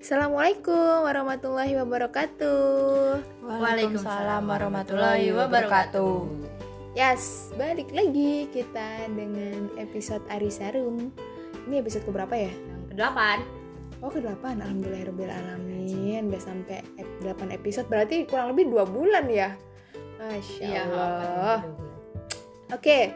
Assalamualaikum warahmatullahi wabarakatuh. Waalaikumsalam warahmatullahi wabarakatuh. Yes, balik lagi kita dengan episode Ari Sarum. Ini episode keberapa ya? Yang ke-8. Oh, ke-8. Alhamdulillahirobbilalamin. Udah sampai 8 episode, berarti kurang lebih 2 bulan ya. Masya Allah. Oke.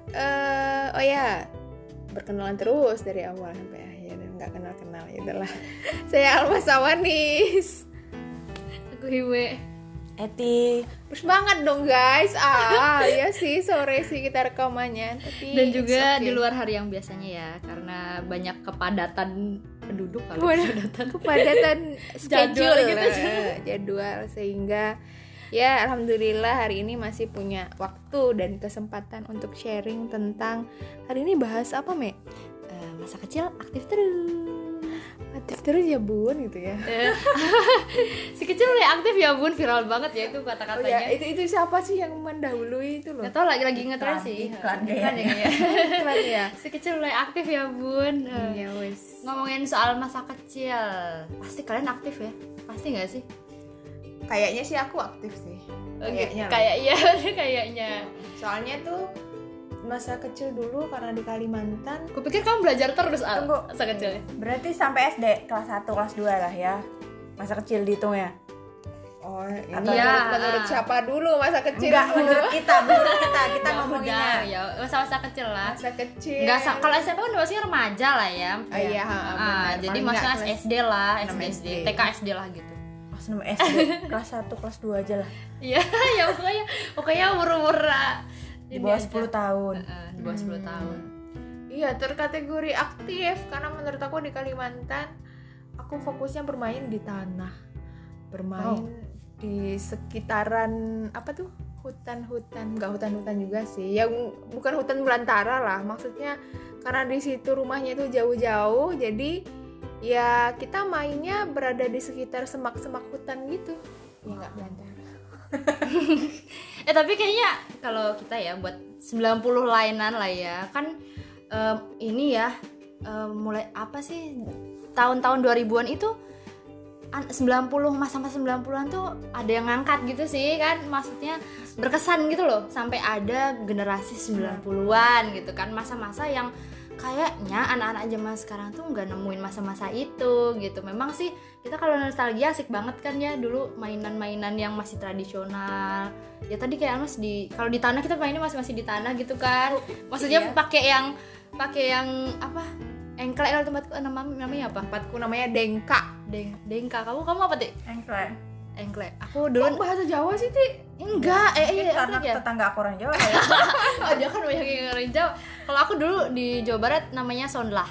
Oh ya, berkenalan terus dari awal sampai akhir. Nggak kenal-kenal, ya udahlah. Saya Alma Sawanis. Aku Hiwe. Eti. Bersemangat dong guys. Ya sih, sore sih kita rekamannya. Tapi Dan juga di luar hari yang biasanya ya, karena banyak kepadatan penduduk kepadatan schedule Jadwal gitu. Jadwal, sehingga ya alhamdulillah hari ini masih punya waktu dan kesempatan untuk sharing tentang hari ini bahas apa, Me? Masa kecil aktif terus ya bun gitu ya. Si kecil mulai aktif ya bun, viral banget ya itu kata-katanya. Oh ya, itu siapa sih yang mendahului itu loh? Gak tau, lagi ngetren sih. Iklan ya. Si kecil mulai aktif ya bun. Iya wes. Ngomongin soal masa kecil, pasti kalian aktif ya? Pasti gak sih? Kayaknya sih aku aktif sih. Kayaknya. Soalnya tuh masa kecil dulu karena di Kalimantan. Kupikir kamu belajar terus Tunggu. masa kecilnya. Berarti sampai SD kelas 1, kelas 2 lah ya. Masa kecil dihitung ya? Oh, ini Iya. menurut siapa dulu masa kecil? Enggak, menurut kita kita ngomonginnya. Ya masa-masa kecil lah. Masa kecil. Enggak, kalau SMP kan masih remaja lah ya. Iya, benar. Jadi Paling maksudnya nggak SD lah, 6 SD, SD. TK SD lah gitu. Kelas 6 SD, kelas 1, kelas 2 aja lah. Iya, ya pokoknya umur-umur Di bawah 10 tahun. Di bawah 10 tahun. Iya, terkategori aktif karena menurut aku di Kalimantan aku fokusnya bermain di tanah. Bermain di sekitaran apa tuh? Hutan-hutan, enggak hutan-hutan juga sih. Ya bukan hutan belantara lah, maksudnya karena di situ rumahnya itu jauh-jauh, jadi ya kita mainnya berada di sekitar semak-semak hutan gitu. Ya enggak belantara. Tapi kayaknya kalau kita ya buat 90 lainan lah ya. Kan ini ya mulai apa sih tahun-tahun 2000-an itu 90, masa-masa 90-an tuh ada yang ngangkat gitu sih kan, maksudnya berkesan gitu loh, sampai ada generasi 90-an gitu kan, masa-masa yang kayaknya anak-anak zaman sekarang tuh nggak nemuin masa-masa itu gitu. Memang sih kita kalau nostalgia asik banget kan ya, dulu mainan-mainan yang masih tradisional. Ya tadi kayak Mas kalau di tanah kita mainnya masih di tanah gitu kan. Maksudnya pakai yang apa? Engklek kalau tempatku namanya apa? Tempatku namanya Dengka. Dengka. Kamu apa, Tik? Engklek. Aku dulu bahasa Jawa sih, Ti? Enggak, Karena ya. tetangga aku orang Jawa ya. Oh, dia kan banyak yang orang Jawa. Kalau aku dulu di Jawa Barat namanya Sonlah.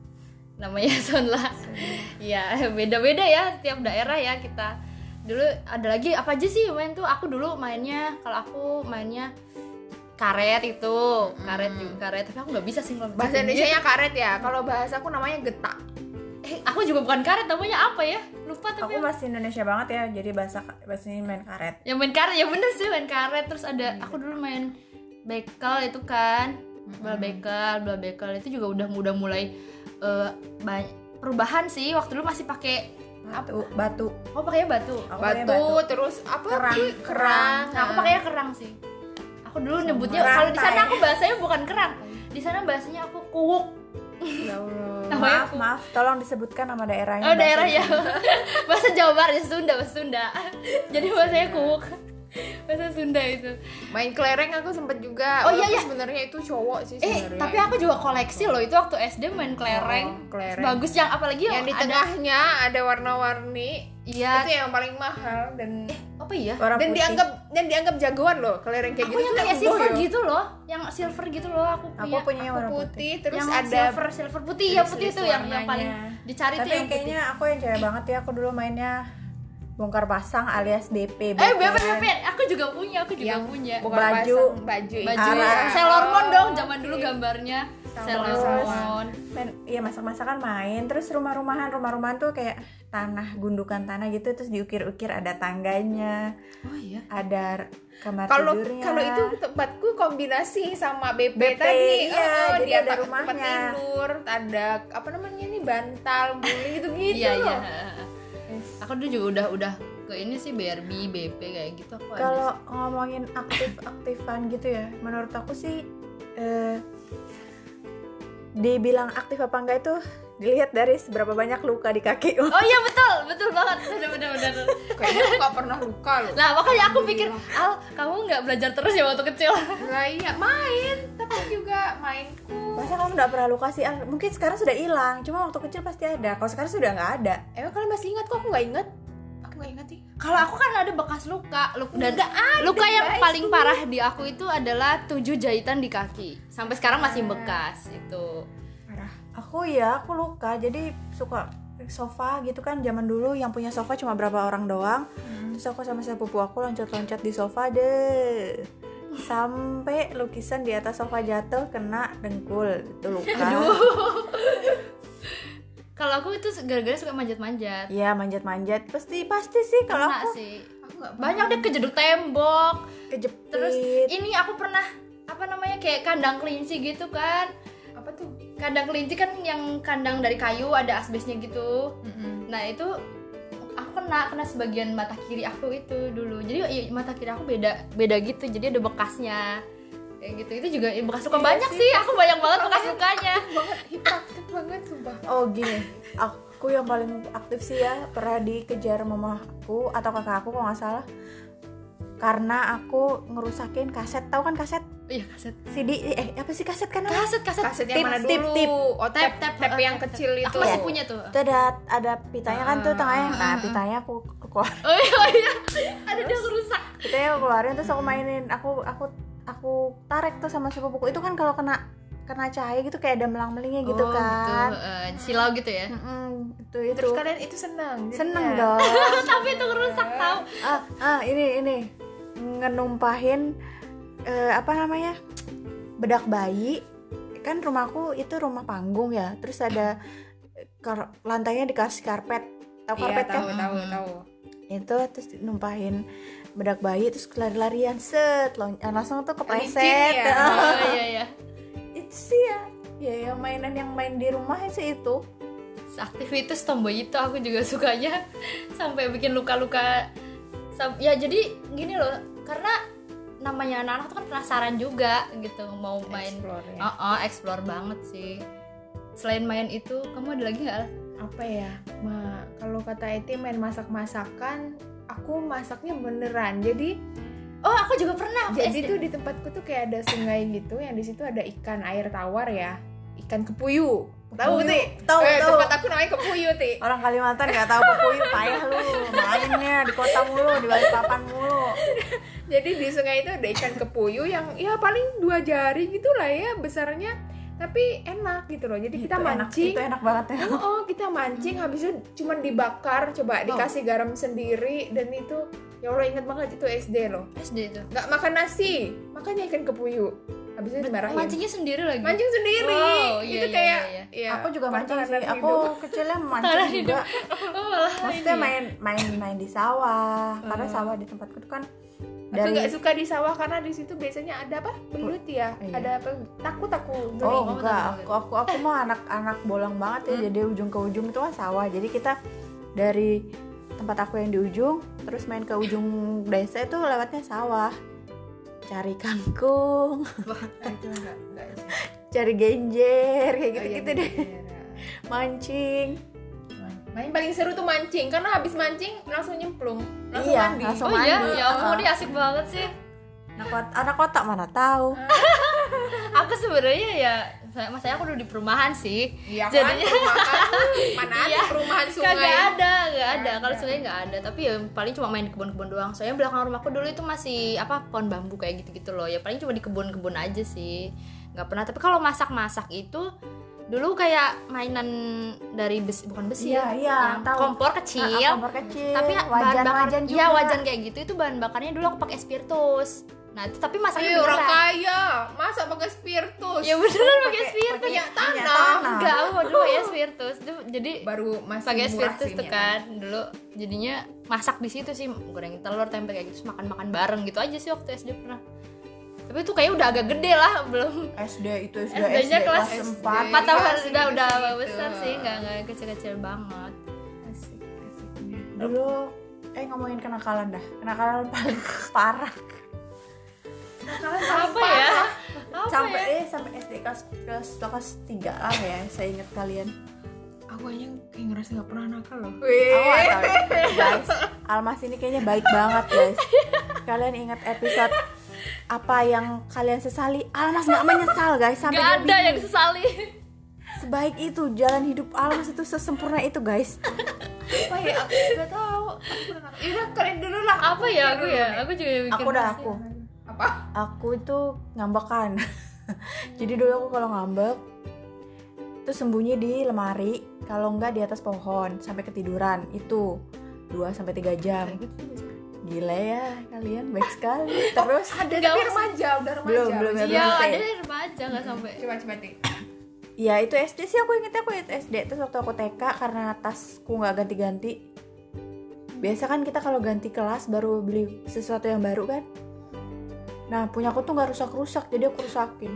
Iya, beda-beda ya tiap daerah ya kita. Dulu ada lagi apa aja sih main tuh? Aku dulu mainnya, kalau aku mainnya karet itu, karet. Tapi aku nggak bisa sih ngomong. Bahasa Indonesianya karet ya. Kalau bahasa aku namanya getak. Aku juga bukan karet, namanya apa ya? Lupa tapi. Aku masih Indonesia banget ya, jadi bahasa ini main karet. Yang main karet, ya bener sih main karet. Terus ada, aku dulu main bekel itu kan, bola bekel itu juga udah mulai perubahan sih. Waktu dulu masih pakai batu. Oh, pakainya batu. Aku pakai batu. Terus apa? Kerang. Nah, aku pakainya kerang sih. Aku dulu nyebutnya, kalau di sana aku bahasanya bukan kerang. Di sana bahasanya aku kuwuk. Ya Allah. Maaf, tolong disebutkan nama daerahnya. Oh, daerah ya. Bahasa Jawa Barat, bahasa Sunda. Jadi bahasanya kuwuk. Bahasa Sunda itu. Main kelereng aku sempet juga. Oh iya. Sebenarnya itu cowok sih sebenarnya. Tapi aku juga koleksi loh itu waktu SD main kelereng. Kelereng. Bagus, yang apalagi yang di ada tengahnya ada warna-warni. Iya. Itu yang paling mahal dan apa ya? dan dianggap jagoan loh kelereng kayak Aku gitu. yang kayak silver gitu loh, yang silver gitu loh aku punya. Aku punya yang warna putih, terus yang ada silver putih ya, putih itu yang paling dicari tuh Tapi yang putih. kayaknya aku yang cewek banget ya, aku dulu mainnya bongkar pasang alias BP. BP. Aku juga punya. bukan baju Sailor Moon dong, zaman dulu gambarnya Sailor Moon. Iya, masak-masakan main, terus rumah-rumahan tuh kayak gundukan tanah gitu, terus diukir-ukir ada tangganya. Oh iya. Ada kamar Kalau tidurnya. kalau itu tempatku kombinasi sama BP BP, tadi. iya, Di jadi ada tempat rumahnya. tidur, ada apa namanya nih bantal, guli gitu-gitu. Iya. loh. Aku dulu juga udah ke ini sih BRB, BP kayak gitu aku ada. Kalau ngomongin aktif-aktifan gitu ya, menurut aku sih dibilang aktif apa enggak itu dilihat dari seberapa banyak luka di kaki. Oh iya betul banget, bener. Kayaknya aku nggak pernah luka loh. Nah makanya aku pikir, Al, kamu nggak belajar terus ya waktu kecil? Lah iya main, tapi juga mainku. Masa kamu nggak pernah luka sih? Mungkin sekarang sudah hilang, cuma waktu kecil pasti ada. Kalau sekarang sudah nggak ada. Emang kalian masih ingat kok? Aku nggak ingat. Aku nggak ingat sih. Kalau aku kan ada bekas luka dan Nggak ada, luka yang guys. paling parah di aku itu adalah 7 jahitan di kaki. Sampai sekarang masih bekas itu. Parah. Aku luka, jadi suka sofa gitu kan, zaman dulu yang punya sofa cuma berapa orang doang. Terus aku sama sepupu aku loncat-loncat di sofa deh, sampai lukisan di atas sofa jatuh kena dengkul, itu luka. Kalau aku itu gara-gara suka manjat-manjat. Iya, manjat-manjat pasti sih kalau Kena aku sih. Aku nggak Banyak deh kejeduk tembok. kejepit. Terus ini aku pernah apa namanya kayak kandang kelinci gitu kan. apa tuh? Kandang kelinci kan yang kandang dari kayu ada asbesnya gitu. Nah itu aku kena sebagian mata kiri aku itu dulu. Jadi ya, mata kiri aku beda gitu. Jadi ada bekasnya kayak gitu. Itu juga ya, bekas luka banyak sih. Aku banyak banget bekas lukanya. Banget, hiperaktif banget sumpah. Oh gini, aku yang paling aktif sih ya pernah dikejar mamaku atau kakak aku kalau nggak salah, karena aku ngerusakin kaset. Tahu kan kaset? Iya kaset. CD apa sih kaset kan? Kaset Kaset yang mana tip, dulu? tip. Oh, tap yang kecil itu. Aku masih punya tuh. Itu ada pitanya kan tuh tengahnya. Nah, pitanya aku keluar. Oh iya. Ada dia rusak. Pitanya aku keluarin terus aku mainin. Aku tarik tuh sama sepupuku. Itu kan kalau kena cahaya gitu kayak ada melang-melingnya gitu kan. Gitu. Silau gitu ya. Itu. Terus kalian itu seneng Seneng dong. Tapi itu rusak tau. Ini ngenumpahin apa namanya, bedak bayi. Kan rumahku itu rumah panggung ya, terus ada lantainya dikasih karpet. Tahu karpet kan? Tahu. Itu terus numpahin bedak bayi, terus lari-larian langsung tuh kepleset. Licin ya? Oh iya. Itu sih ya yang mainan yang main di rumah sih itu. Aktivitas tomboy itu aku juga sukanya sampai bikin luka-luka. Ya jadi gini loh, karena namanya anak-anak tuh kan penasaran juga gitu mau main. Explore, ya. Explore banget sih. Selain main itu, kamu ada lagi nggak? Apa ya? Kalau kata Eti main masak-masakan, aku masaknya beneran. Jadi Aku juga pernah. Jadi tuh di tempatku tuh kayak ada sungai gitu, yang di situ ada ikan air tawar ya, ikan kepuyu. Tahu Ti? Tahu. Tempat aku namanya kepuyu Ti. Orang Kalimantan nggak tahu kepuyu, payah lu mainnya di kota mulu, di Balikpapan mulu. Jadi di sungai itu ada ikan kepuyu yang ya paling 2 jari gitu lah ya besarnya, tapi enak gitu loh. Jadi kita mancing. Itu enak banget ya. Kita mancing, habis itu cuma dibakar, coba dikasih garam sendiri, dan itu ya Allah ingat banget itu SD loh. SD itu. Nggak makan nasi, makanya ikan kepuyu. Habis itu dimarahin. Mancingnya sendiri lagi. Mancing sendiri. Wow, Itu iya, kayak iya. ya, Aku juga mancing sih. pertahanan Aku hidup. kecilnya mancing juga. Malah Maksudnya ini ya. main di sawah. Karena sawah di tempatku tuh kan Aku nggak suka di sawah karena di situ biasanya ada apa? Belut ya. Iya. Ada apa? Takut aku. Oh Geli. enggak, aku mau anak bolang banget ya. Jadi ujung ke ujung itu kan sawah. Jadi kita dari tempat aku yang di ujung terus main ke ujung desa itu lewatnya sawah. Cari kangkung, Itu enggak sih. cari genjer kayak Oh, iya, gitu-gitu deh. bener. Mancing. Main paling seru tuh mancing, karena habis mancing langsung nyemplung, langsung Iya, mandi. langsung Oh iya, mandi. ya ampun dia asik banget sih. Anak kota mana tahu. Aku sebenarnya ya masanya aku dulu di perumahan sih. Iya kan, Jadinya perumahan mana ada Iya. perumahan sungai. nggak ada. Nggak Kalau ada. sungai nggak ada. Tapi ya paling cuma main di kebun-kebun doang. Soalnya belakang rumahku dulu itu masih pohon bambu kayak gitu-gitu loh. Ya paling cuma di kebun-kebun aja sih. Nggak pernah. Tapi kalau masak-masak itu dulu kayak mainan dari besi, bukan besi Iya, yang tahu. kompor kecil. Kompor kecil. Tapi bahan bakar, wajan juga. iya wajan kayak gitu itu bahan bakarnya dulu aku pakai spiritus. Nah itu tapi masaknya Orang beneran. kaya, masa pakai spiritus? Ya beneran pakai spiritus. Punya Punya tanah. Enggak, aku dulu ya spiritus. Jadi Baru masih pakai murah spiritus sini tuh ya, kan dulu. Jadinya masak di situ sih, goreng telur, tempe kayak gitu, terus makan-makan bareng gitu aja sih waktu SD pernah. Tapi itu kayak udah agak gede lah, belum SD itu SD-nya kelas 4. 4 tahun Iya sih, udah gitu. besar sih, enggak kecil-kecil banget. Asik. Dulu ngomongin kenakalan dah. Kenakalan paling parah. Kenakalan Apa ya? Sampai SD kelas 3 lah ya, saya ingat kalian. Aku aja kayak ngerasa nggak pernah nakal loh. Aku nggak tahu guys. Almas ini kayaknya baik banget guys. Kalian ingat episode apa yang kalian sesali? Almas nggak menyesal guys, sampai Gak dia ada yang bingung. sesali. Sebaik itu jalan hidup Almas, itu sesempurna itu guys. Apa ya? Aku nggak tahu. Aku pernah nakal. Yaudah kalian dulu lah. Apa ya aku ya? Aku juga mikir. Aku Apa? Aku itu ngambekan. Jadi dulu aku kalau ngambek itu sembunyi di lemari, kalau enggak di atas pohon sampai ketiduran. Itu 2-3 jam. Gila ya kalian, baik sekali. Terus Ada tapi remaja, udah remaja. Belum. Iya, Belum ada selesai. remaja nggak sampai. Coba Ti. ya itu SD sih, aku ingetnya aku itu SD. Terus waktu aku TK karena tasku nggak ganti-ganti. Biasa kan kita kalau ganti kelas baru beli sesuatu yang baru kan. Nah punya aku tuh nggak rusak-rusak, jadi aku rusakin.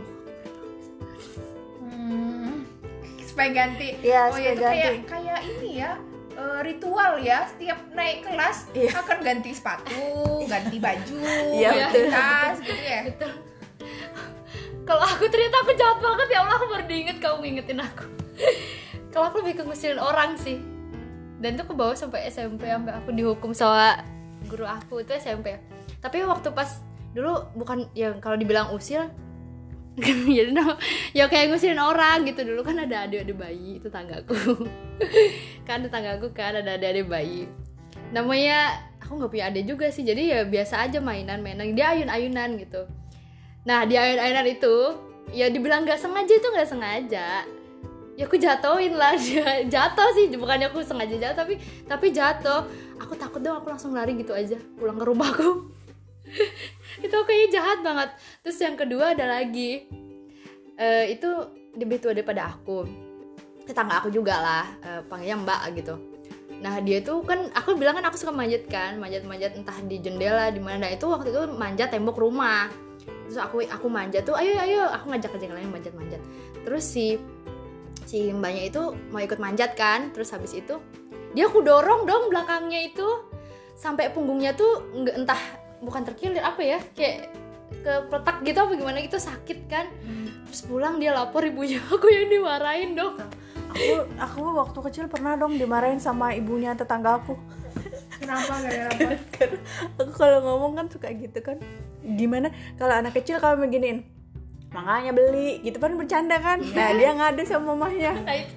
Supaya ganti. Iya, Oh supaya ya itu ganti. kayak ini ya. Ritual ya, setiap naik kelas Iya. akan ganti sepatu, ganti baju, Iya, ganti betul. tas gitu ya. Betul. Kalau aku ternyata aku jahat banget, ya Allah, aku baru diinget kamu ngingetin aku. Kalau aku lebih ke ngusilin orang sih. Dan itu ke bawah sampai SMP, sampai aku dihukum sama guru aku itu SMP. Tapi waktu pas dulu bukan yang kalau dibilang usil jadi ya kayak ngusilin orang gitu. Dulu kan ada adik-adik bayi, itu tanggaku. Kan tetanggaku kan ada adik-adik bayi. Namanya aku nggak punya adik juga sih, jadi ya biasa aja mainan dia ayun-ayunan gitu. Nah di ayun-ayunan itu ya dibilang nggak sengaja, itu nggak sengaja. Ya aku jatuhin lah, dia jatuh sih, bukannya aku sengaja jatuh, tapi jatuh. Aku takut dong, aku langsung lari gitu aja pulang ke rumahku. Itu kayaknya jahat banget. Terus yang kedua ada lagi, itu dia lebih tua daripada aku, tetangga aku juga lah, panggilnya Mbak gitu. Nah dia tuh kan, aku bilang kan aku suka manjat entah di jendela di mana. Nah itu waktu itu manjat tembok rumah. Terus aku manjat tuh, ayo aku ngajak yang lain manjat. Terus si mbaknya itu mau ikut manjat kan. Terus habis itu dia aku dorong dong belakangnya itu sampai punggungnya tuh entah bukan terkilir apa ya, kayak kepletak gitu apa gimana gitu, sakit kan. Terus pulang dia lapor ibunya, aku yang dimarahin dong. Aku waktu kecil pernah dong dimarahin sama ibunya tetangga aku. Kenapa? Gara-gara apa? Aku kalau ngomong kan suka gitu kan. Gimana kalau anak kecil kalau beginiin, makanya beli gitu kan, bercanda kan. Nah dia ngadu sama mamahnya. Nah, itu.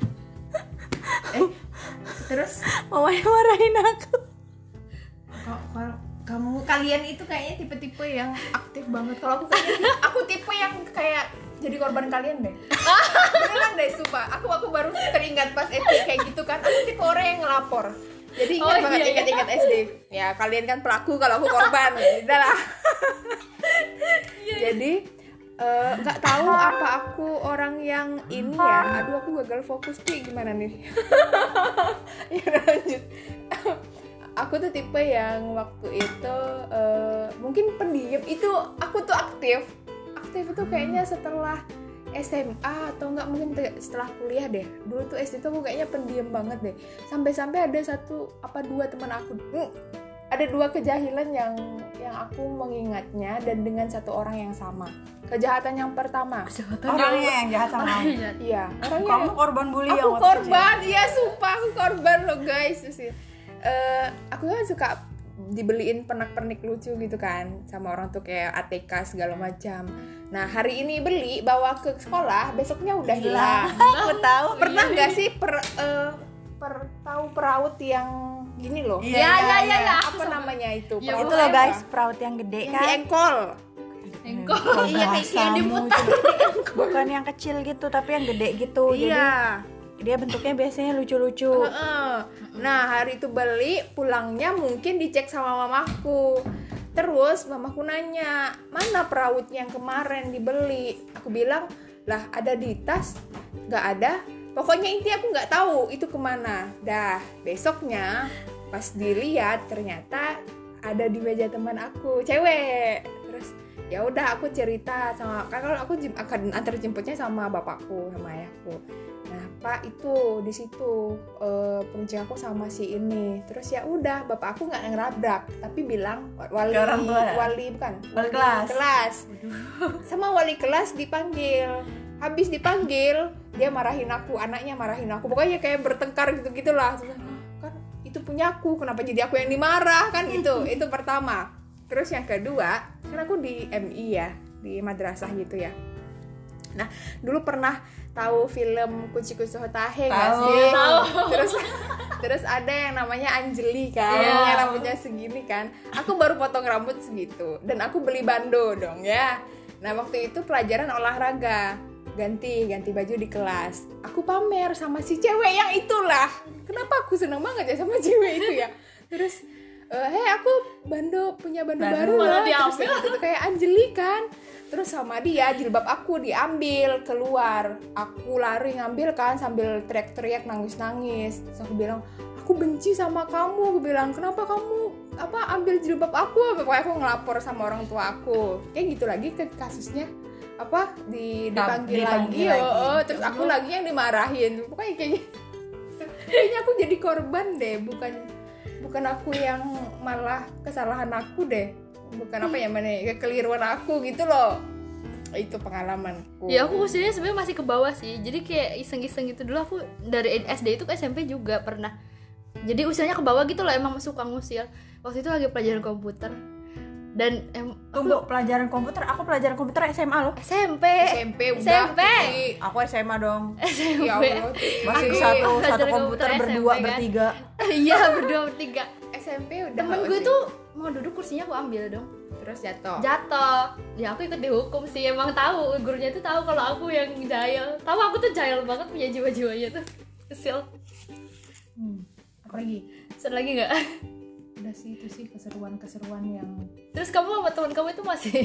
Terus Mamanya marahin aku. kalian itu kayaknya tipe-tipe yang aktif banget. Kalau aku kayaknya aku tipe yang kayak jadi korban kalian deh. Beneran deh, sumpah. Aku baru teringat pas SD kayak gitu kan. Aku tipe orang yang ngelapor. Jadi ingat banget, ingat SD. Ya kalian kan pelaku, kalau aku korban. Udah lah. Jadi nggak tahu apa aku orang yang ini ya. Aduh, aku gagal fokus nih, gimana nih? Ya lanjut. Aku tuh tipe yang waktu itu mungkin pendiam. Itu aku tuh aktif itu kayaknya setelah SMA atau enggak, mungkin setelah kuliah deh. Dulu tuh SD tuh aku kayaknya pendiam banget deh. Sampai ada 1-2 teman aku. Ada 2 kejahilan yang aku mengingatnya, dan dengan satu orang yang sama. Kejahatan yang pertama. Orangnya yang jahat sama kamu. Iya, orangnya. Kamu korban bully yang Aku waktu korban, iya sumpah aku korban loh guys. Terus aku kan suka dibeliin pernak-pernik lucu gitu kan sama orang tuh, kayak ATK segala macam. Nah hari ini beli bawa ke sekolah, besoknya udah hilang. Aku tahu. Pernah nggak sih tahu peraut yang gini loh? Ya. Apa namanya itu? Ya, Peraut Itu loh apa? guys, peraut yang gede Yang kan. di engkol. Engkol. Iya, kayak yang diputar. Bukan yang kecil gitu, tapi yang gede gitu. Jadi Iya. dia bentuknya biasanya lucu-lucu. Nah hari itu beli, pulangnya mungkin dicek sama mamaku. Terus mamaku nanya, mana peraut yang kemarin dibeli? Aku bilang, lah ada di tas. Gak ada. Pokoknya intinya aku gak tahu itu kemana. Dah besoknya pas dilihat ternyata ada di meja teman aku, cewek. Terus Ya udah aku cerita sama, kan kalau aku akan antar jemputnya sama bapakku sama ayahku. Nah Pak itu di situ peruncing aku sama si ini. Terus ya udah bapak aku nggak ngerabrak tapi bilang wali Ke orang tua, ya? wali Wali kelas. sama wali kelas dipanggil. Habis dipanggil dia marahin aku, anaknya marahin aku, pokoknya kayak bertengkar gitu-gitulah. Terus, kan itu punyaku, kenapa jadi aku yang dimarah kan gitu. Itu pertama. Terus yang kedua, kan aku di MI ya, di madrasah gitu ya. Nah, dulu pernah tahu film Kuci-Kuci Hotahe nggak sih? Tahu. Terus ada yang namanya Anjeli kan, Iya. yang rambutnya segini kan. Aku baru potong rambut segitu dan aku beli bando dong ya. Nah, waktu itu pelajaran olahraga. Ganti baju di kelas. Aku pamer sama si cewek yang itulah. Kenapa aku seneng banget ya sama cewek itu ya? Terus aku punya bando baru malah lah. Terus diambil. itu kayak Anjeli kan. Terus sama dia jilbab aku diambil keluar. Aku lari ngambil kan sambil teriak-teriak nangis-nangis. Terus aku bilang, aku benci sama kamu. Aku bilang, kenapa kamu ambil jilbab aku? Pokoknya aku ngelapor sama orang tua aku. Kayak gitu lagi ke kasusnya dipanggil lagi. Terus aku lagi yang dimarahin. Pokoknya kayak gitu. Kayaknya aku jadi korban deh, bukan aku yang malah kesalahan aku deh. Bukan kekeliruan aku gitu loh. Itu pengalamanku. Ya aku usianya sebenarnya masih ke bawah sih. Jadi kayak iseng-iseng gitu dulu. Aku dari SD itu ke SMP juga pernah. Jadi usianya ke bawah gitu loh, emang suka ngusil. Waktu itu lagi pelajaran komputer. Dan Tunggu, pelajaran komputer, aku pelajaran komputer SMA loh. SMP udah. SMP. Aku SMA dong. Ya Allah. Masih Aku satu pelajaran komputer komputer berdua, SMP kan. bertiga. Iya, berdua bertiga. SMP udah. Temen gue tuh mau duduk kursinya aku ambil dong. terus jatuh. Ya aku ikut dihukum sih, emang tahu gurunya tuh tahu kalau aku yang jahil. Tahu aku tuh jahil banget, punya jiwa-jiwanya tuh. Kesel. Apa lagi? Seru lagi nggak? Udah sih, itu sih keseruan yang Terus kamu sama teman kamu itu masih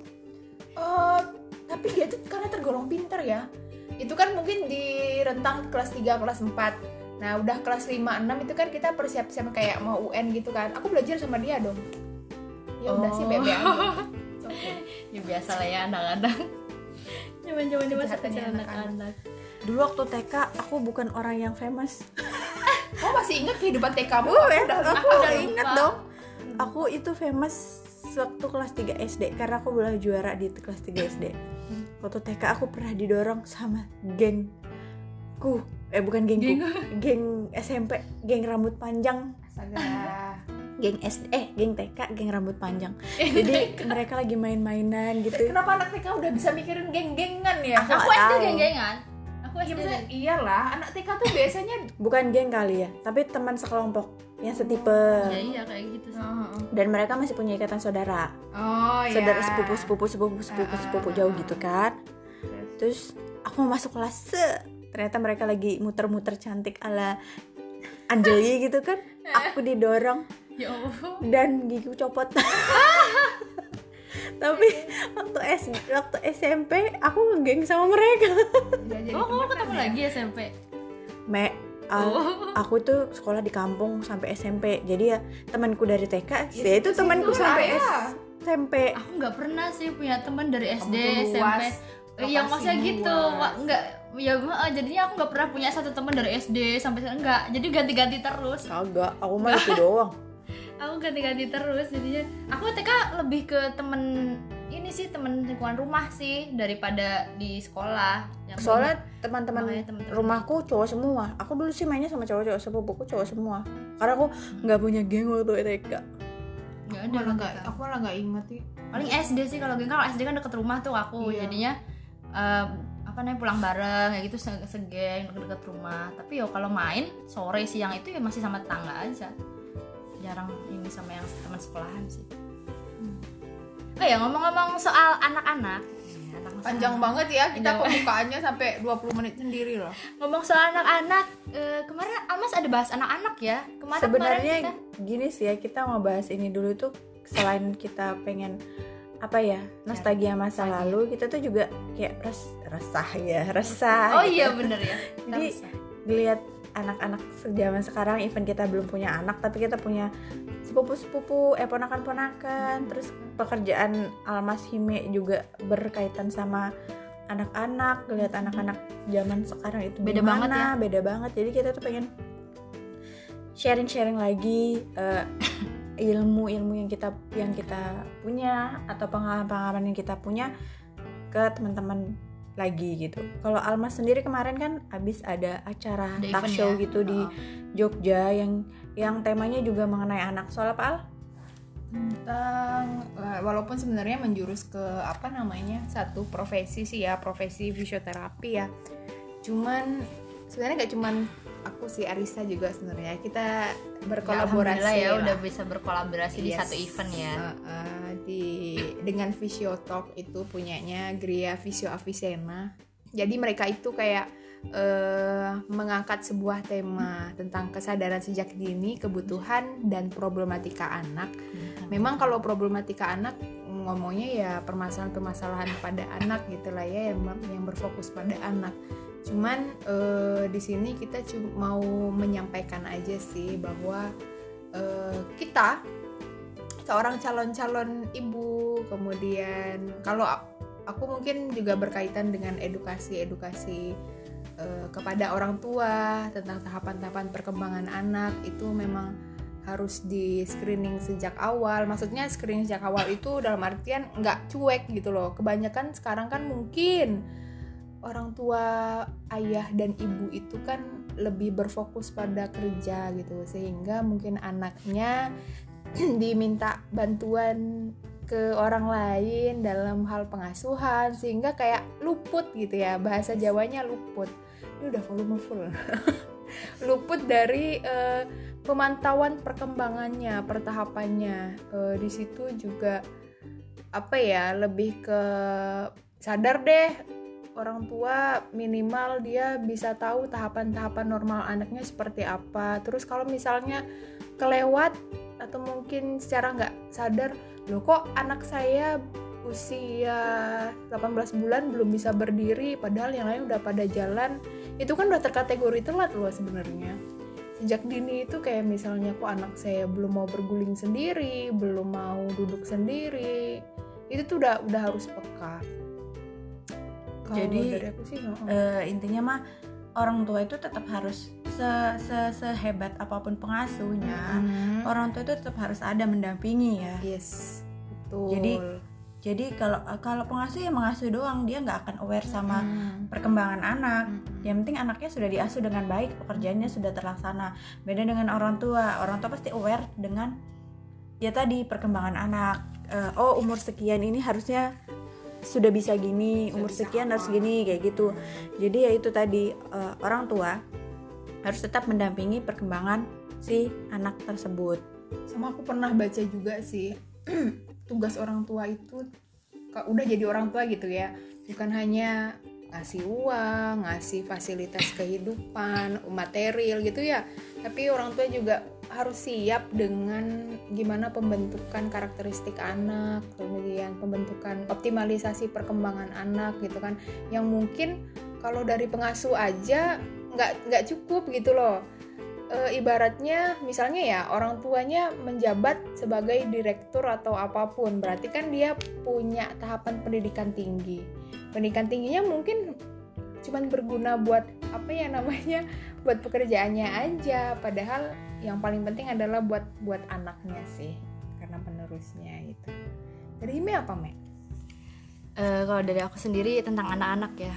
tapi dia tuh karena tergolong pinter ya. Itu kan mungkin di rentang kelas 3, kelas 4. Nah, udah kelas 5, 6 itu kan kita persiapan kayak mau UN gitu kan. Aku belajar sama dia dong. Ya udah sih bebe aja. ya biasa lah ya anak-anak. Zaman-zaman masa Kejahatannya kecil anak-anak. anak-anak. Dulu waktu TK aku bukan orang yang famous. Kamu masih ingat kehidupan TK-mu? Aku udah lupa. ingat dong. Aku itu famous waktu kelas 3 SD karena aku bola juara di kelas 3 SD. Waktu TK aku pernah didorong sama gengku. Bukan gengku. Geng SMP, geng rambut panjang. Astaga. Geng geng TK, geng rambut panjang. Jadi mereka lagi main-mainan gitu. Kenapa anak TK udah bisa mikirin geng-gengan ya? Aku Aku nggak SD tahu. geng-gengan. Aku Ya, SD. maksudnya iyalah, anak TK tuh biasanya Bukan geng kali ya, tapi teman sekelompok yang setipe. Iya kayak gitu sih. Dan mereka masih punya ikatan saudara. Oh iya. Saudara sepupu jauh gitu kan. Terus aku mau masuk kelas ternyata mereka lagi muter-muter cantik ala Anjeli gitu kan. Aku didorong Ya Allah. dan gigiku copot. Tapi waktu SMP aku ngegeng sama mereka. Ya, jadi Oh, kamu temenan ketemu ya? lagi SMP? Aku tuh sekolah di kampung sampai SMP. Jadi ya temanku dari TK, Ya, dia itu situ temanku lah sampai ya. SMP. Aku nggak pernah sih punya teman dari SD, Kamu tuh SMP. luas, Iya lokasi maksudnya gitu, luas. nggak ya jadinya aku nggak pernah punya satu teman dari SD sampai sekarang enggak. Jadi ganti-ganti terus. Kagak, aku mah itu doang. Aku ganti-ganti terus jadinya. Aku TK lebih ke temen ini sih, temen lingkungan rumah sih daripada di sekolah. Yang Soalnya teman-teman Makanya teman-teman. rumahku cowok semua. Aku dulu sih mainnya sama cowok-cowok, sepupuku cowok semua. Karena aku nggak punya geng waktu TK. nggak Aku ada malah TK. aku malah nggak inget sih. Paling SD sih kalau geng, kalau SD kan deket rumah tuh aku. Iya. Jadinya pulang bareng kayak gitu, segeng deket-deket rumah. Tapi yo kalau main sore siang itu ya masih sama tetangga aja. Jarang ini sama yang teman sekolahan sih. Oh ya, ngomong-ngomong soal anak-anak. Ya, anak Panjang banget ya kita Panjang. pembukaannya sampai 20 menit sendiri loh. Ngomong soal anak-anak, kemarin Almas ada bahas anak-anak ya. Sebenarnya kita gini sih ya, kita mau bahas ini dulu tuh selain kita pengen apa ya, nostalgia masa nostalgia. lalu, kita tuh juga kayak resah Oh gitu. iya bener ya. Kita Jadi bisa. dilihat anak-anak zaman sekarang, even kita belum punya anak tapi kita punya sepupu-sepupu, ponakan-ponakan. Terus pekerjaan Almas Hime juga berkaitan sama anak-anak, lihat anak-anak zaman sekarang itu Beda gimana, banget ya. beda banget. Jadi kita tuh pengen sharing lagi ilmu-ilmu yang kita punya atau pengalaman-pengalaman yang kita punya ke teman-teman lagi gitu. Kalau Almas sendiri kemarin kan habis ada acara Ada talk event show ya? gitu di Jogja yang temanya juga mengenai anak. Soal apa, Al? Tentang walaupun sebenarnya menjurus ke satu profesi sih ya, profesi fisioterapi ya. Cuman sebenarnya nggak cuman aku sih, Arisa juga sebenarnya kita berkolaborasi Alhamdulillah ya lah. udah bisa berkolaborasi di Yes. satu event ya. Dengan Fisiotalk itu punyanya Gria Fisio Avicenna. Jadi mereka itu kayak mengangkat sebuah tema tentang kesadaran sejak dini, kebutuhan dan problematika anak. Memang kalau problematika anak ngomongnya ya permasalahan-permasalahan pada anak gitulah ya, yang berfokus pada anak. Cuman di sini kita mau menyampaikan aja sih bahwa kita seorang calon ibu, kemudian kalau aku mungkin juga berkaitan dengan edukasi kepada orang tua tentang tahapan-tahapan perkembangan anak, itu memang harus di screening sejak awal. Maksudnya screening sejak awal itu dalam artian nggak cuek gitu loh. Kebanyakan sekarang kan mungkin orang tua, ayah dan ibu itu kan lebih berfokus pada kerja gitu, sehingga mungkin anaknya diminta bantuan ke orang lain dalam hal pengasuhan, sehingga kayak luput gitu ya, bahasa Jawanya luput. Ini udah volume full. Luput dari pemantauan perkembangannya, pertahapannya. Di situ juga lebih ke sadar deh, orang tua minimal dia bisa tahu tahapan-tahapan normal anaknya seperti apa. Terus kalau misalnya kelewat atau mungkin secara nggak sadar, loh kok anak saya usia 18 bulan belum bisa berdiri padahal yang lain udah pada jalan, itu kan udah terkategori telat loh sebenarnya. Sejak dini itu kayak misalnya kok anak saya belum mau berguling sendiri, belum mau duduk sendiri, itu tuh udah harus peka. Jadi dari aku sih, intinya mah orang tua itu tetap harus sehebat apapun pengasuhnya, orang tua itu tetap harus ada mendampingi ya. Yes, betul. Jadi kalau pengasuh ya mengasuh doang, dia nggak akan aware sama perkembangan anak. Yang penting anaknya sudah diasuh dengan baik, pekerjaannya sudah terlaksana. Beda dengan orang tua pasti aware dengan ya tadi perkembangan anak. Umur sekian ini harusnya sudah bisa gini, umur sekian harus gini, kayak gitu. Jadi ya itu tadi, orang tua harus tetap mendampingi perkembangan si anak tersebut. Sama aku pernah baca juga sih, tugas orang tua itu udah jadi orang tua gitu ya, bukan hanya ngasih uang, ngasih fasilitas kehidupan, material gitu ya, tapi orang tua juga harus siap dengan gimana pembentukan karakteristik anak, kemudian pembentukan optimalisasi perkembangan anak gitu kan, yang mungkin kalau dari pengasuh aja nggak cukup gitu loh. Ibaratnya misalnya ya orang tuanya menjabat sebagai direktur atau apapun, berarti kan dia punya tahapan pendidikan tinggi. Pendidikan tingginya mungkin cuman berguna buat buat pekerjaannya aja, padahal yang paling penting adalah buat anaknya sih, karena penerusnya itu. Dari Hime apa, Me? Kalau dari aku sendiri tentang anak-anak ya,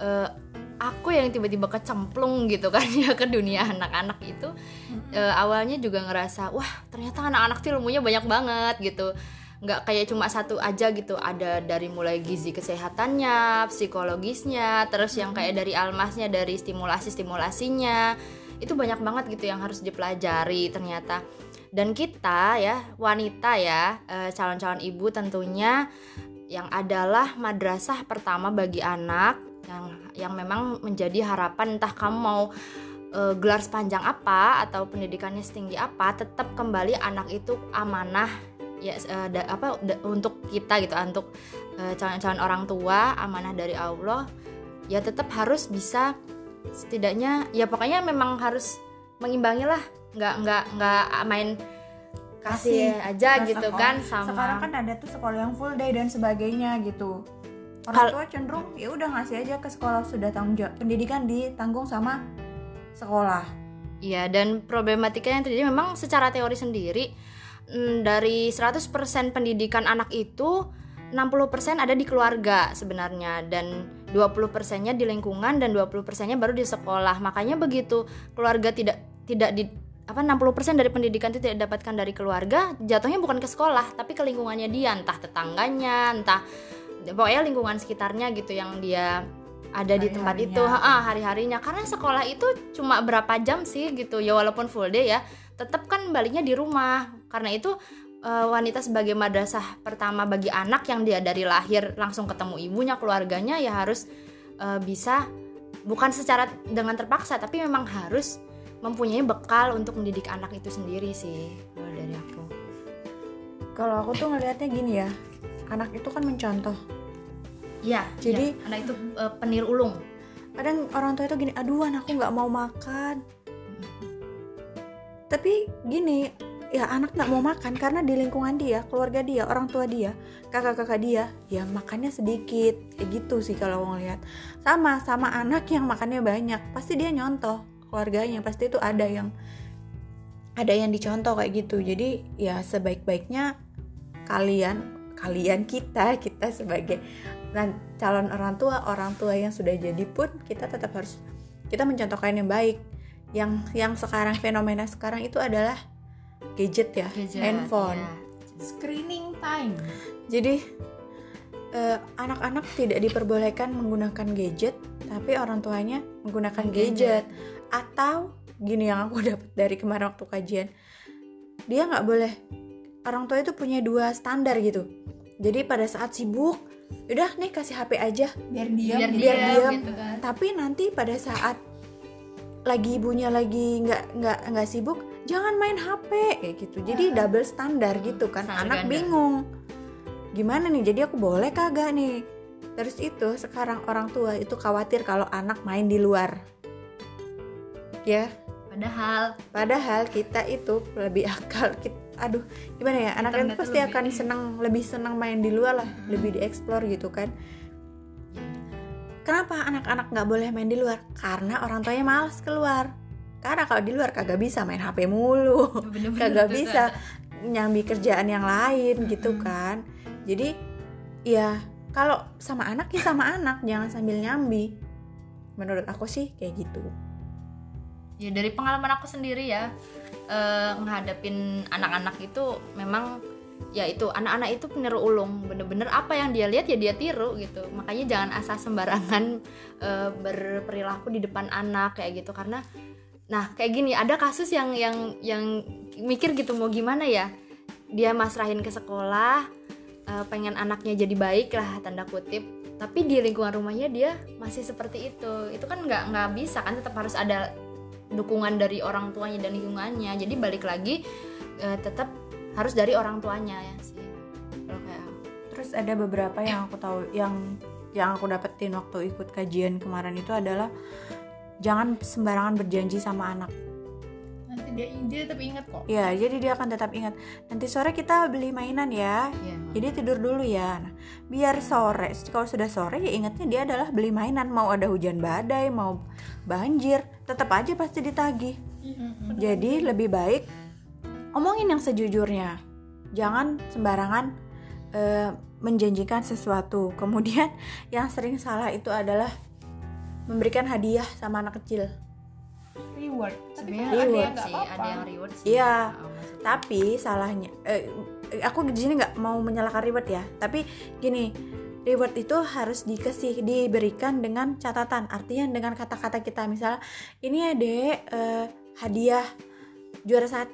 aku yang tiba-tiba kecemplung gitu kan ya ke dunia anak-anak itu, awalnya juga ngerasa wah ternyata anak-anak tuh ilmunya banyak banget gitu, nggak kayak cuma satu aja gitu, ada dari mulai gizi kesehatannya, psikologisnya, terus yang kayak dari almasnya, dari stimulasinya, itu banyak banget gitu yang harus dipelajari ternyata. Dan kita ya wanita ya, calon-calon ibu tentunya yang adalah madrasah pertama bagi anak, yang memang menjadi harapan, entah kamu mau gelar sepanjang apa atau pendidikannya setinggi apa, tetap kembali anak itu amanah ya, untuk kita gitu, untuk calon-calon orang tua, amanah dari Allah ya, tetap harus bisa setidaknya ya pokoknya memang harus mengimbangi lah, nggak main kasih aja gitu kan sama. Sekarang kan ada tuh sekolah yang full day dan sebagainya gitu. Orang tua cenderung ya udah ngasih aja ke sekolah, sudah tanggung jawab pendidikan ditanggung sama sekolah. Iya, dan problematika yang terjadi memang secara teori sendiri, dari 100% pendidikan anak itu 60% ada di keluarga sebenarnya, dan 20%-nya di lingkungan dan 20%-nya baru di sekolah. Makanya begitu keluarga tidak di 60% dari pendidikan itu tidak didapatkan dari keluarga, jatuhnya bukan ke sekolah tapi ke lingkungannya dia, entah tetangganya, entah pokoknya lingkungan sekitarnya gitu yang dia ada di tempat itu hari-harinya. Karena sekolah itu cuma berapa jam sih gitu ya, walaupun full day ya, tetap kan baliknya di rumah. Karena itu wanita sebagai madrasah pertama bagi anak yang dia dari lahir langsung ketemu ibunya, keluarganya, ya harus bisa, bukan secara dengan terpaksa, tapi memang harus mempunyai bekal untuk mendidik anak itu sendiri sih, kalau dari aku. Kalau aku tuh ngelihatnya gini ya, anak itu kan mencontoh. Iya, jadi anak itu penir ulung. Kadang orang tua itu gini, aduh anakku nggak mau makan. Tapi gini, ya anak nggak mau makan karena di lingkungan dia, keluarga dia, orang tua dia, kakak-kakak dia, ya makannya sedikit, kayak gitu sih kalau ngelihat. Sama anak yang makannya banyak, pasti dia nyontoh keluarganya, pasti itu ada yang dicontoh kayak gitu. Jadi ya sebaik-baiknya kalian kita sebagai calon orang tua yang sudah jadi pun kita tetap harus kita mencontohkan yang baik. Yang sekarang fenomena sekarang itu adalah gadget, handphone, screening time. Jadi anak-anak tidak diperbolehkan menggunakan gadget, tapi orang tuanya menggunakan gadget. Atau gini yang aku dapat dari kemarin waktu kajian, dia nggak boleh, orang tua itu punya 2 standar gitu. Jadi pada saat sibuk, udah nih kasih HP aja biar diam gitu kan. Tapi nanti pada saat ibunya lagi nggak sibuk, jangan main HP kayak gitu. Jadi double standar gitu kan. Anak bingung gimana nih, jadi aku boleh kagak nih. Terus itu sekarang orang tua itu khawatir kalau anak main di luar ya, padahal kita itu lebih akal. Gimana ya, anak itu pasti akan lebih senang main di luar lah, lebih dieksplor gitu kan. Kenapa anak-anak nggak boleh main di luar? Karena orang tuanya malas keluar. Karena kalau di luar kagak bisa main HP mulu, kagak bisa nyambi kerjaan yang lain gitu kan. Jadi ya kalau sama anak ya sama anak, jangan sambil nyambi. Menurut aku sih kayak gitu. Ya dari pengalaman aku sendiri ya, menghadapin anak-anak itu memang ya itu, anak-anak itu peniru ulung, bener-bener apa yang dia lihat ya dia tiru gitu. Makanya jangan asal sembarangan berperilaku di depan anak kayak gitu. Karena nah kayak gini, ada kasus yang mikir gitu, mau gimana ya, dia masrahin ke sekolah, pengen anaknya jadi baik lah tanda kutip, tapi di lingkungan rumahnya dia masih seperti itu kan nggak bisa kan, tetap harus ada dukungan dari orang tuanya dan lingkungannya. Jadi balik lagi tetap harus dari orang tuanya ya sih. Terus ada beberapa yang aku tahu, yang aku dapetin waktu ikut kajian kemarin itu adalah jangan sembarangan berjanji sama anak. Nanti dia tetap ingat kok. Ya, jadi dia akan tetap ingat. Nanti sore kita beli mainan ya. Jadi tidur dulu ya. Nah, biar sore, kalau sudah sore ya ingatnya dia adalah beli mainan. Mau ada hujan badai, mau banjir, tetap aja pasti ditagih. Jadi lebih baik omongin yang sejujurnya. Jangan sembarangan menjanjikan sesuatu. Kemudian yang sering salah itu adalah memberikan hadiah sama anak kecil. Reward. Reward sih, ada yang reward sih. Iya. Tapi salahnya aku di sini nggak mau menyalahkan reward ya. Tapi gini, reward itu harus diberikan dengan catatan. Artinya dengan kata-kata kita, misalnya ini ya Dek, hadiah juara 1.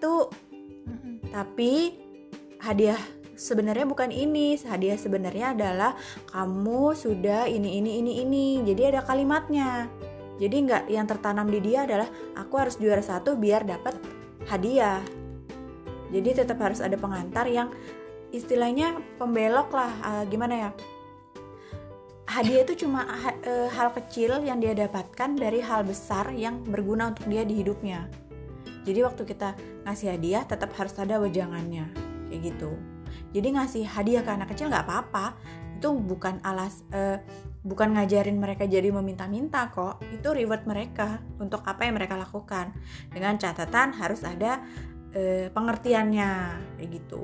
Tapi hadiah sebenarnya bukan ini. Hadiah sebenarnya adalah kamu sudah ini. Jadi ada kalimatnya. Jadi nggak, yang tertanam di dia adalah aku harus juara 1 biar dapat hadiah. Jadi tetap harus ada pengantar yang istilahnya pembelok lah, gimana ya? hadiah itu cuma hal kecil yang dia dapatkan dari hal besar yang berguna untuk dia di hidupnya. Jadi waktu kita ngasih hadiah tetap harus ada wejangannya, kayak gitu. Jadi ngasih hadiah ke anak kecil nggak apa-apa, itu bukan bukan ngajarin mereka jadi meminta-minta kok. Itu reward mereka untuk apa yang mereka lakukan. Dengan catatan harus ada pengertiannya, kayak gitu.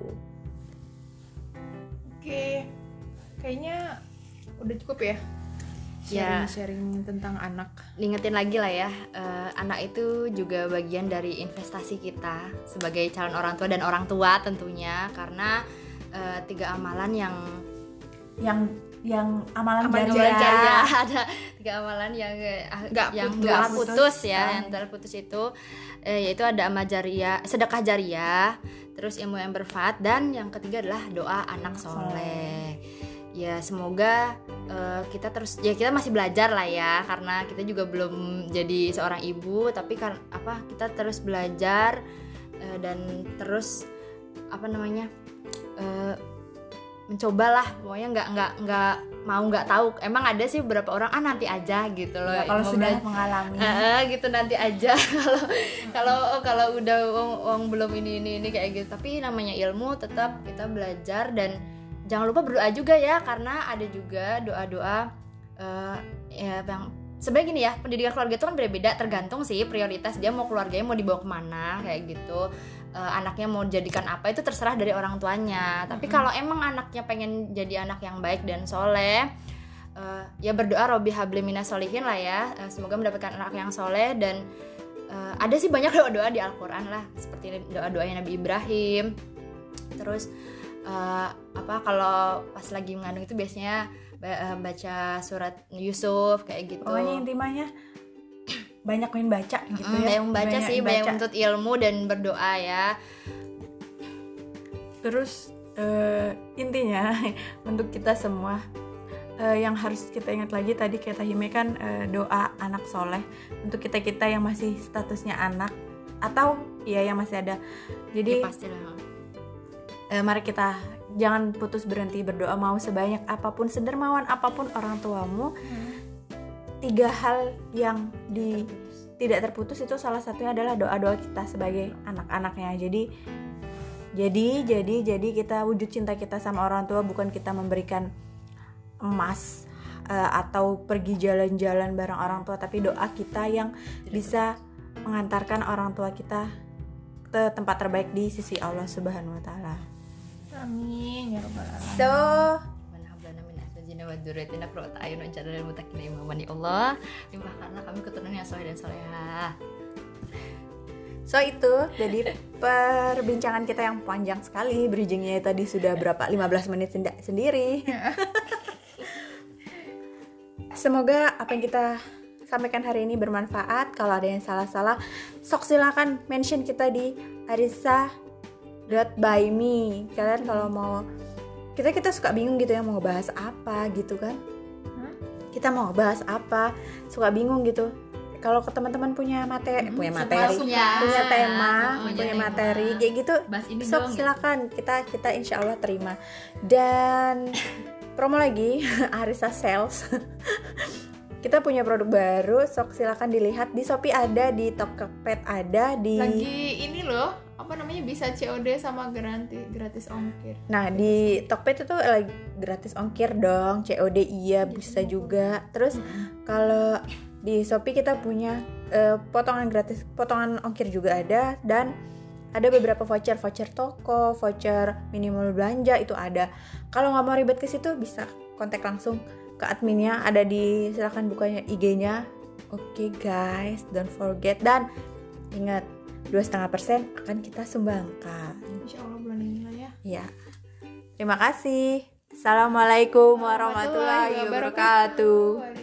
Oke, kayaknya udah cukup ya Ya. sharing tentang anak. Ingetin lagi lah ya, anak itu juga bagian dari investasi kita sebagai calon orang tua dan orang tua tentunya, karena 3 amalan yang amalan Amalan jariah. jariah. Ada 3 amalan yang nggak putus ya, yang terputus itu yaitu ada amal jariah, sedekah jariah, terus ilmu yang bermanfaat, dan yang ketiga adalah doa anak soleh. Ya semoga kita masih belajar lah ya, karena kita juga belum jadi seorang ibu, tapi kita terus belajar dan terus mencobalah, pokoknya nggak mau nggak tahu. Emang ada sih beberapa orang nanti aja gitu loh, Ya, kalau sudah mengalami gitu nanti aja kalau udah wong belum ini kayak gitu. Tapi namanya ilmu, tetap kita belajar, dan jangan lupa berdoa juga ya, karena ada juga doa-doa ya yang sebenarnya gini ya, pendidikan keluarga itu kan beda-beda, tergantung sih prioritas dia, mau keluarganya mau dibawa kemana kayak gitu. Anaknya mau jadikan apa itu terserah dari orang tuanya. Tapi kalau emang anaknya pengen jadi anak yang baik dan soleh, ya berdoa Robbi habli minas solihin lah ya, semoga mendapatkan anak yang soleh. Dan ada sih banyak doa-doa di Al-Quran lah, seperti doa-doanya Nabi Ibrahim. Terus kalau pas lagi mengandung itu biasanya baca surat Yusuf kayak gitu. Pokoknya intinya banyak baca gitu ya. Banyak membaca sih, banyak menuntut ilmu dan berdoa ya. Terus intinya untuk kita semua yang harus kita ingat lagi, tadi kata Hime kan doa anak soleh untuk kita yang masih statusnya anak atau ya yang masih ada. Jadi Ya, pastilah. mari kita jangan putus berhenti berdoa, mau sebanyak apapun, sedermawan apapun orang tuamu. 3 hal yang tidak terputus itu salah satunya adalah doa-doa kita sebagai anak-anaknya. Jadi kita wujud cinta kita sama orang tua bukan kita memberikan emas atau pergi jalan-jalan bareng orang tua, tapi doa kita yang bisa mengantarkan orang tua kita ke tempat terbaik di sisi Allah Subhanahu wa taala. Amin ya rabbal alamin. So, Allah, limpahkanlah kami keturunan yang soleh dan solehah. itu jadi perbincangan kita yang panjang sekali, bridgingnya tadi sudah berapa? 15 menit sendiri. Semoga apa yang kita sampaikan hari ini bermanfaat. Kalau ada yang salah-salah, sok silakan mention kita di arisa.by.me. Kalian kalau mau, kita suka bingung gitu ya, mau ngebahas apa gitu kan. Kita mau ngebahas apa, suka bingung gitu. Kalau ke teman-teman punya materi, punya tema, punya materi kayak gitu, sok silakan, kita insya Allah terima. Dan promo lagi, Arisa Sales. Kita punya produk baru, sok silakan dilihat di Shopee ada, di Tokped ada, di Lagi ini loh, bisa COD sama gratis ongkir. Nah, di Tokped itu lagi gratis ongkir dong, COD iya bisa juga. Terus kalau di Shopee kita punya potongan ongkir juga ada, dan ada beberapa voucher toko, voucher minimal belanja itu ada. Kalau nggak mau ribet ke situ bisa kontak langsung ke adminnya, ada di, silakan bukanya IG-nya. Oke guys, don't forget, dan ingat 2,5% akan kita sumbangkan. Insya Allah bulan ini lah ya. Ya. Terima kasih. Assalamualaikum warahmatullahi wabarakatuh.